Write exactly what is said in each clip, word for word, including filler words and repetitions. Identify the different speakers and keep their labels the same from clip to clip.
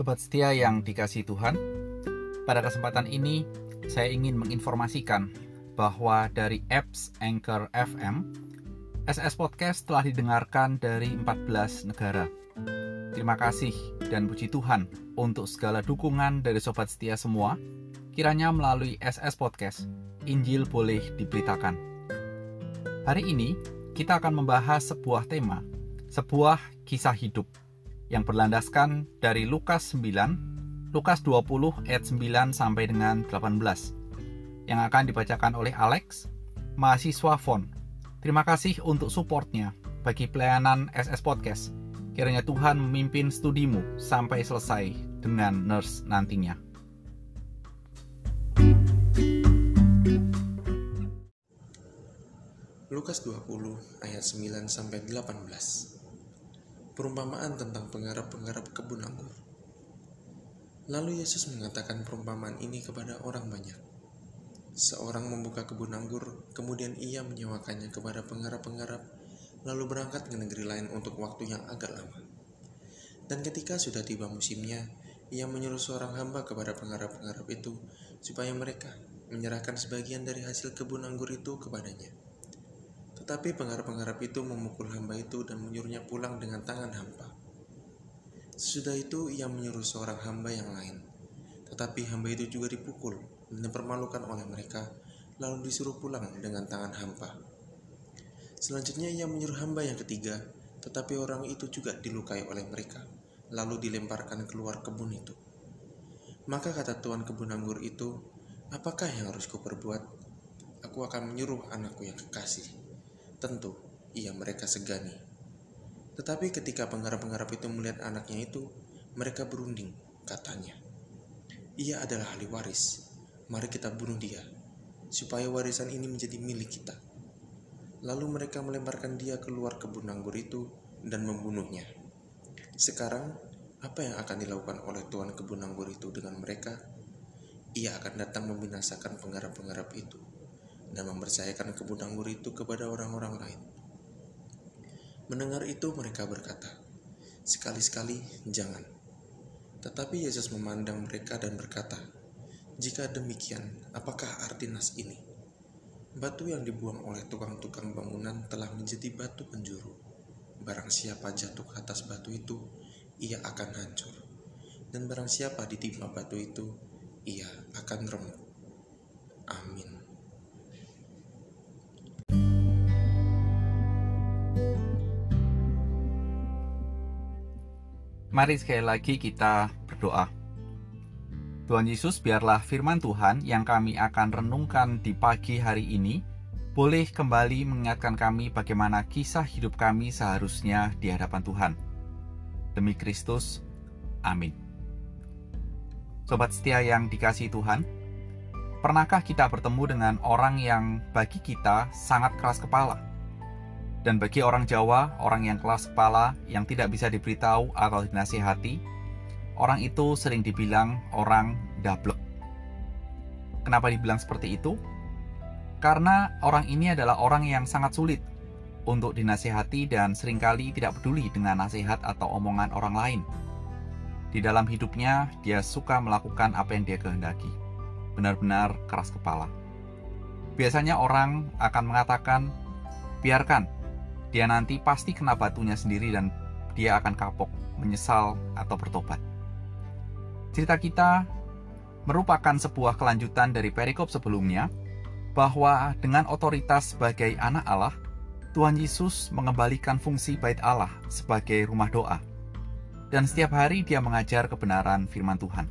Speaker 1: Sobat setia yang dikasihi Tuhan, pada kesempatan ini saya ingin menginformasikan bahwa dari apps Anchor F M, S S Podcast telah didengarkan dari empat belas negara. Terima kasih dan puji Tuhan untuk segala dukungan dari sobat setia semua. Kiranya melalui S S Podcast, Injil boleh diberitakan. Hari ini kita akan membahas sebuah tema, sebuah kisah hidup yang berlandaskan dari Lukas sembilan, Lukas dua puluh ayat sembilan sampai dengan delapan belas, yang akan dibacakan oleh Alex, mahasiswa F O N. Terima kasih untuk supportnya bagi pelayanan S S Podcast. Kiranya Tuhan memimpin studimu sampai selesai dengan nurse nantinya.
Speaker 2: Lukas dua puluh ayat sembilan sampai delapan belas. Perumpamaan tentang penggarap-penggarap kebun anggur. Lalu Yesus mengatakan perumpamaan ini kepada orang banyak. Seorang membuka kebun anggur, kemudian ia menyewakannya kepada penggarap-penggarap, lalu berangkat ke negeri lain untuk waktu yang agak lama. Dan ketika sudah tiba musimnya, ia menyuruh seorang hamba kepada penggarap-penggarap itu, supaya mereka menyerahkan sebagian dari hasil kebun anggur itu kepadanya. Tetapi penggarap-penggarap itu memukul hamba itu dan menyuruhnya pulang dengan tangan hampa. Sesudah itu ia menyuruh seorang hamba yang lain, tetapi hamba itu juga dipukul dan dipermalukan oleh mereka, lalu disuruh pulang dengan tangan hampa. Selanjutnya ia menyuruh hamba yang ketiga, tetapi orang itu juga dilukai oleh mereka, lalu dilemparkan keluar kebun itu. Maka kata tuan kebun anggur itu, "Apakah yang harus kuperbuat? Aku akan menyuruh anakku yang kekasih." Tentu, ia mereka segani. Tetapi ketika penggarap-penggarap itu melihat anaknya itu, mereka berunding, katanya, "Ia adalah ahli waris, mari kita bunuh dia, supaya warisan ini menjadi milik kita." Lalu mereka melemparkan dia keluar kebun anggur itu dan membunuhnya. Sekarang, apa yang akan dilakukan oleh tuan kebun anggur itu dengan mereka? Ia akan datang membinasakan penggarap-penggarap itu dan mempercayakan kebun anggur itu kepada orang-orang lain. Mendengar itu mereka berkata, "Sekali-sekali jangan." Tetapi Yesus memandang mereka dan berkata, "Jika demikian, apakah arti nas ini? Batu yang dibuang oleh tukang-tukang bangunan telah menjadi batu penjuru. Barang siapa jatuh ke atas batu itu, ia akan hancur. Dan barang siapa ditimpa batu itu, ia akan remuk." Amin.
Speaker 1: Mari sekali lagi kita berdoa. Tuhan Yesus, biarlah firman Tuhan yang kami akan renungkan di pagi hari ini boleh kembali mengingatkan kami bagaimana kisah hidup kami seharusnya di hadapan Tuhan. Demi Kristus, amin. Sobat setia yang dikasihi Tuhan, pernahkah kita bertemu dengan orang yang bagi kita sangat keras kepala? Dan bagi orang Jawa, orang yang keras kepala, yang tidak bisa diberitahu atau dinasihati, orang itu sering dibilang orang dablek. Kenapa dibilang seperti itu? Karena orang ini adalah orang yang sangat sulit untuk dinasihati dan seringkali tidak peduli dengan nasihat atau omongan orang lain. Di dalam hidupnya, dia suka melakukan apa yang dia kehendaki. Benar-benar keras kepala. Biasanya orang akan mengatakan, biarkan, dia nanti pasti kena batunya sendiri dan dia akan kapok, menyesal, atau bertobat. Cerita kita merupakan sebuah kelanjutan dari perikop sebelumnya, bahwa dengan otoritas sebagai anak Allah, Tuhan Yesus mengembalikan fungsi bait Allah sebagai rumah doa. Dan setiap hari dia mengajar kebenaran firman Tuhan.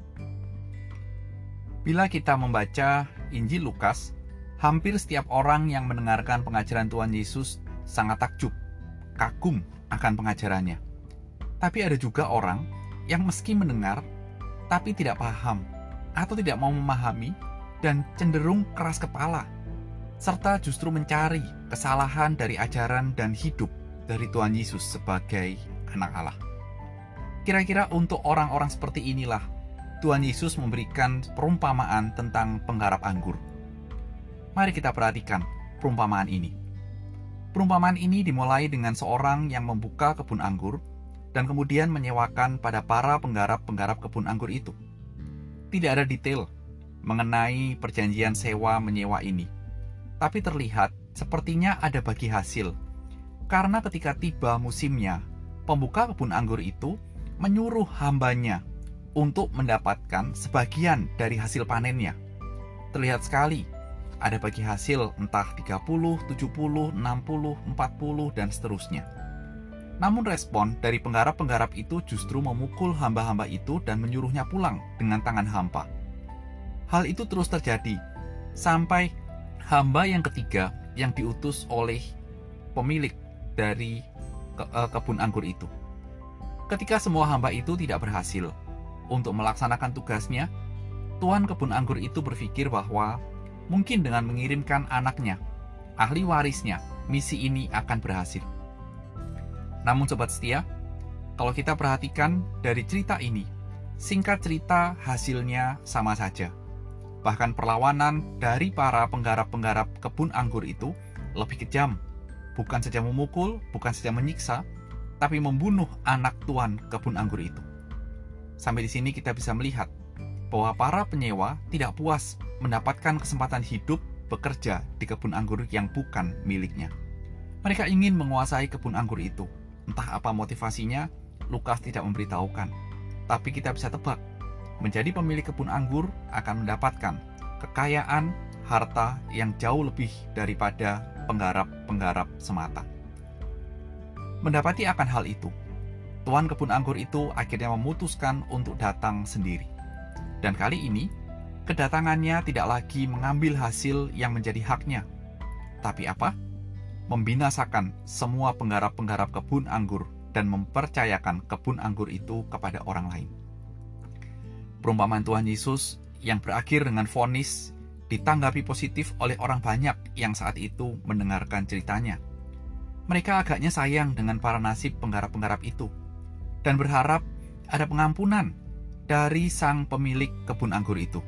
Speaker 1: Bila kita membaca Injil Lukas, hampir setiap orang yang mendengarkan pengajaran Tuhan Yesus sangat takjub, kagum akan pengajarannya. Tapi ada juga orang yang meski mendengar, tapi tidak paham atau tidak mau memahami dan cenderung keras kepala, serta justru mencari kesalahan dari ajaran dan hidup dari Tuhan Yesus sebagai anak Allah. Kira-kira untuk orang-orang seperti inilah Tuhan Yesus memberikan perumpamaan tentang penggarap anggur. Mari kita perhatikan perumpamaan ini. Perumpamaan ini dimulai dengan seorang yang membuka kebun anggur dan kemudian menyewakan pada para penggarap-penggarap kebun anggur itu. Tidak ada detail mengenai perjanjian sewa menyewa ini, tapi terlihat sepertinya ada bagi hasil, karena ketika tiba musimnya, pembuka kebun anggur itu menyuruh hambanya untuk mendapatkan sebagian dari hasil panennya. Terlihat sekali ada bagi hasil entah tiga puluh, tujuh puluh, enam puluh, empat puluh, dan seterusnya. Namun respon dari penggarap-penggarap itu justru memukul hamba-hamba itu dan menyuruhnya pulang dengan tangan hampa. Hal itu terus terjadi sampai hamba yang ketiga yang diutus oleh pemilik dari ke, uh, kebun anggur itu. Ketika semua hamba itu tidak berhasil untuk melaksanakan tugasnya, tuan kebun anggur itu berpikir bahwa mungkin dengan mengirimkan anaknya, ahli warisnya, misi ini akan berhasil. Namun sobat setia, kalau kita perhatikan dari cerita ini, singkat cerita hasilnya sama saja. Bahkan perlawanan dari para penggarap-penggarap kebun anggur itu lebih kejam. Bukan saja memukul, bukan saja menyiksa, tapi membunuh anak tuan kebun anggur itu. Sampai di sini kita bisa melihat bahwa para penyewa tidak puas mendapatkan kesempatan hidup bekerja di kebun anggur yang bukan miliknya. Mereka ingin menguasai kebun anggur itu. Entah apa motivasinya, Lukas tidak memberitahukan. Tapi kita bisa tebak, menjadi pemilik kebun anggur akan mendapatkan kekayaan, harta yang jauh lebih daripada penggarap-penggarap semata. Mendapati akan hal itu, tuan kebun anggur itu akhirnya memutuskan untuk datang sendiri. Dan kali ini, kedatangannya tidak lagi mengambil hasil yang menjadi haknya. Tapi apa? Membinasakan semua penggarap-penggarap kebun anggur dan mempercayakan kebun anggur itu kepada orang lain. Perumpamaan Tuhan Yesus yang berakhir dengan vonis ditanggapi positif oleh orang banyak yang saat itu mendengarkan ceritanya. Mereka agaknya sayang dengan para nasib penggarap-penggarap itu dan berharap ada pengampunan dari sang pemilik kebun anggur itu.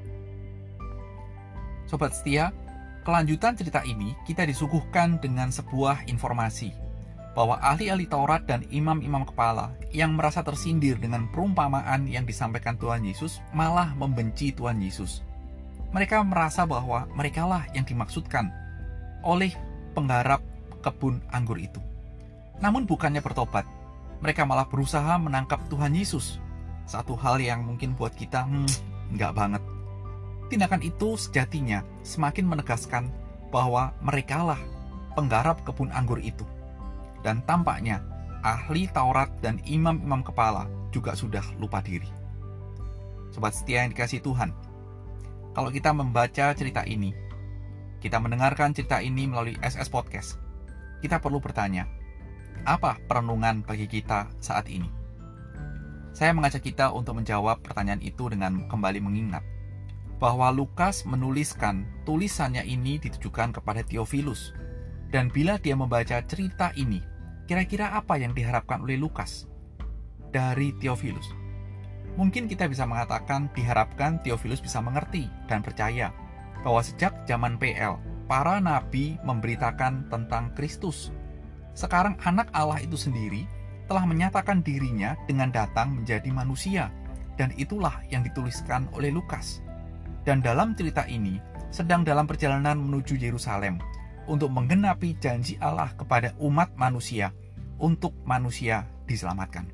Speaker 1: Sobat setia, kelanjutan cerita ini kita disuguhkan dengan sebuah informasi bahwa ahli-ahli Taurat dan imam-imam kepala yang merasa tersindir dengan perumpamaan yang disampaikan Tuhan Yesus malah membenci Tuhan Yesus. Mereka merasa bahwa merekalah yang dimaksudkan oleh penggarap kebun anggur itu. Namun bukannya bertobat, mereka malah berusaha menangkap Tuhan Yesus. Satu hal yang mungkin buat kita, hmm, enggak banget. Tindakan itu sejatinya semakin menegaskan bahwa merekalah penggarap kebun anggur itu. Dan tampaknya ahli Taurat dan imam-imam kepala juga sudah lupa diri. Sobat setia yang dikasihi Tuhan, kalau kita membaca cerita ini, kita mendengarkan cerita ini melalui S S Podcast, kita perlu bertanya, apa perenungan bagi kita saat ini? Saya mengajak kita untuk menjawab pertanyaan itu dengan kembali mengingat bahwa Lukas menuliskan tulisannya ini ditujukan kepada Theophilus. Dan bila dia membaca cerita ini, kira-kira apa yang diharapkan oleh Lukas dari Theophilus? Mungkin kita bisa mengatakan diharapkan Theophilus bisa mengerti dan percaya bahwa sejak zaman P L, para nabi memberitakan tentang Kristus. Sekarang anak Allah itu sendiri telah menyatakan dirinya dengan datang menjadi manusia, dan itulah yang dituliskan oleh Lukas. Dan dalam cerita ini, sedang dalam perjalanan menuju Yerusalem untuk menggenapi janji Allah kepada umat manusia, untuk manusia diselamatkan.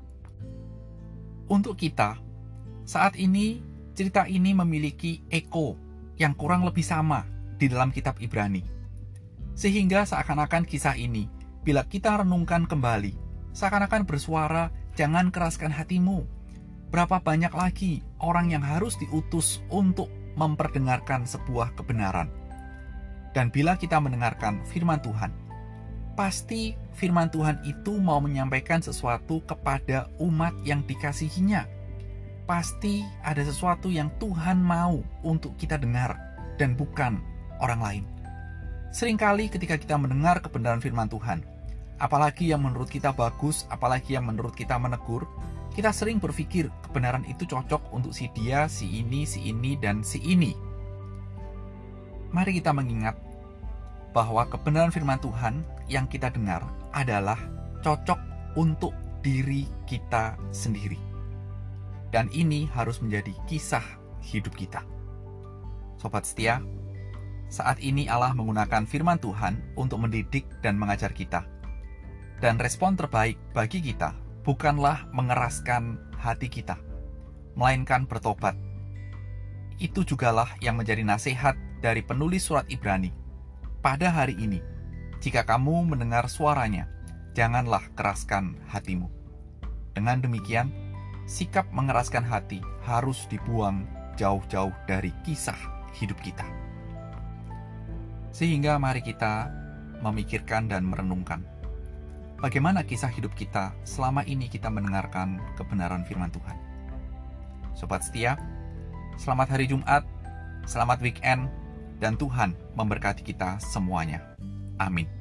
Speaker 1: Untuk kita, saat ini cerita ini memiliki eko yang kurang lebih sama di dalam kitab Ibrani. Sehingga seakan-akan kisah ini, bila kita renungkan kembali, seakan-akan bersuara, jangan keraskan hatimu. Berapa banyak lagi orang yang harus diutus untuk memperdengarkan sebuah kebenaran. Dan bila kita mendengarkan firman Tuhan, pasti firman Tuhan itu mau menyampaikan sesuatu kepada umat yang dikasihinya. Pasti ada sesuatu yang Tuhan mau untuk kita dengar dan bukan orang lain. Seringkali ketika kita mendengar kebenaran firman Tuhan, apalagi yang menurut kita bagus, apalagi yang menurut kita menegur, kita sering berpikir kebenaran itu cocok untuk si dia, si ini, si ini, dan si ini. Mari kita mengingat bahwa kebenaran firman Tuhan yang kita dengar adalah cocok untuk diri kita sendiri. Dan ini harus menjadi kisah hidup kita. Sobat setia, saat ini Allah menggunakan firman Tuhan untuk mendidik dan mengajar kita. Dan respon terbaik bagi kita bukanlah mengeraskan hati kita, melainkan bertobat. Itu jugalah yang menjadi nasihat dari penulis surat Ibrani. Pada hari ini, jika kamu mendengar suaranya, janganlah keraskan hatimu. Dengan demikian, sikap mengeraskan hati harus dibuang jauh-jauh dari kisah hidup kita. Sehingga mari kita memikirkan dan merenungkan bagaimana kisah hidup kita selama ini kita mendengarkan kebenaran firman Tuhan. Sobat setia, selamat hari Jumat, selamat weekend, dan Tuhan memberkati kita semuanya. Amin.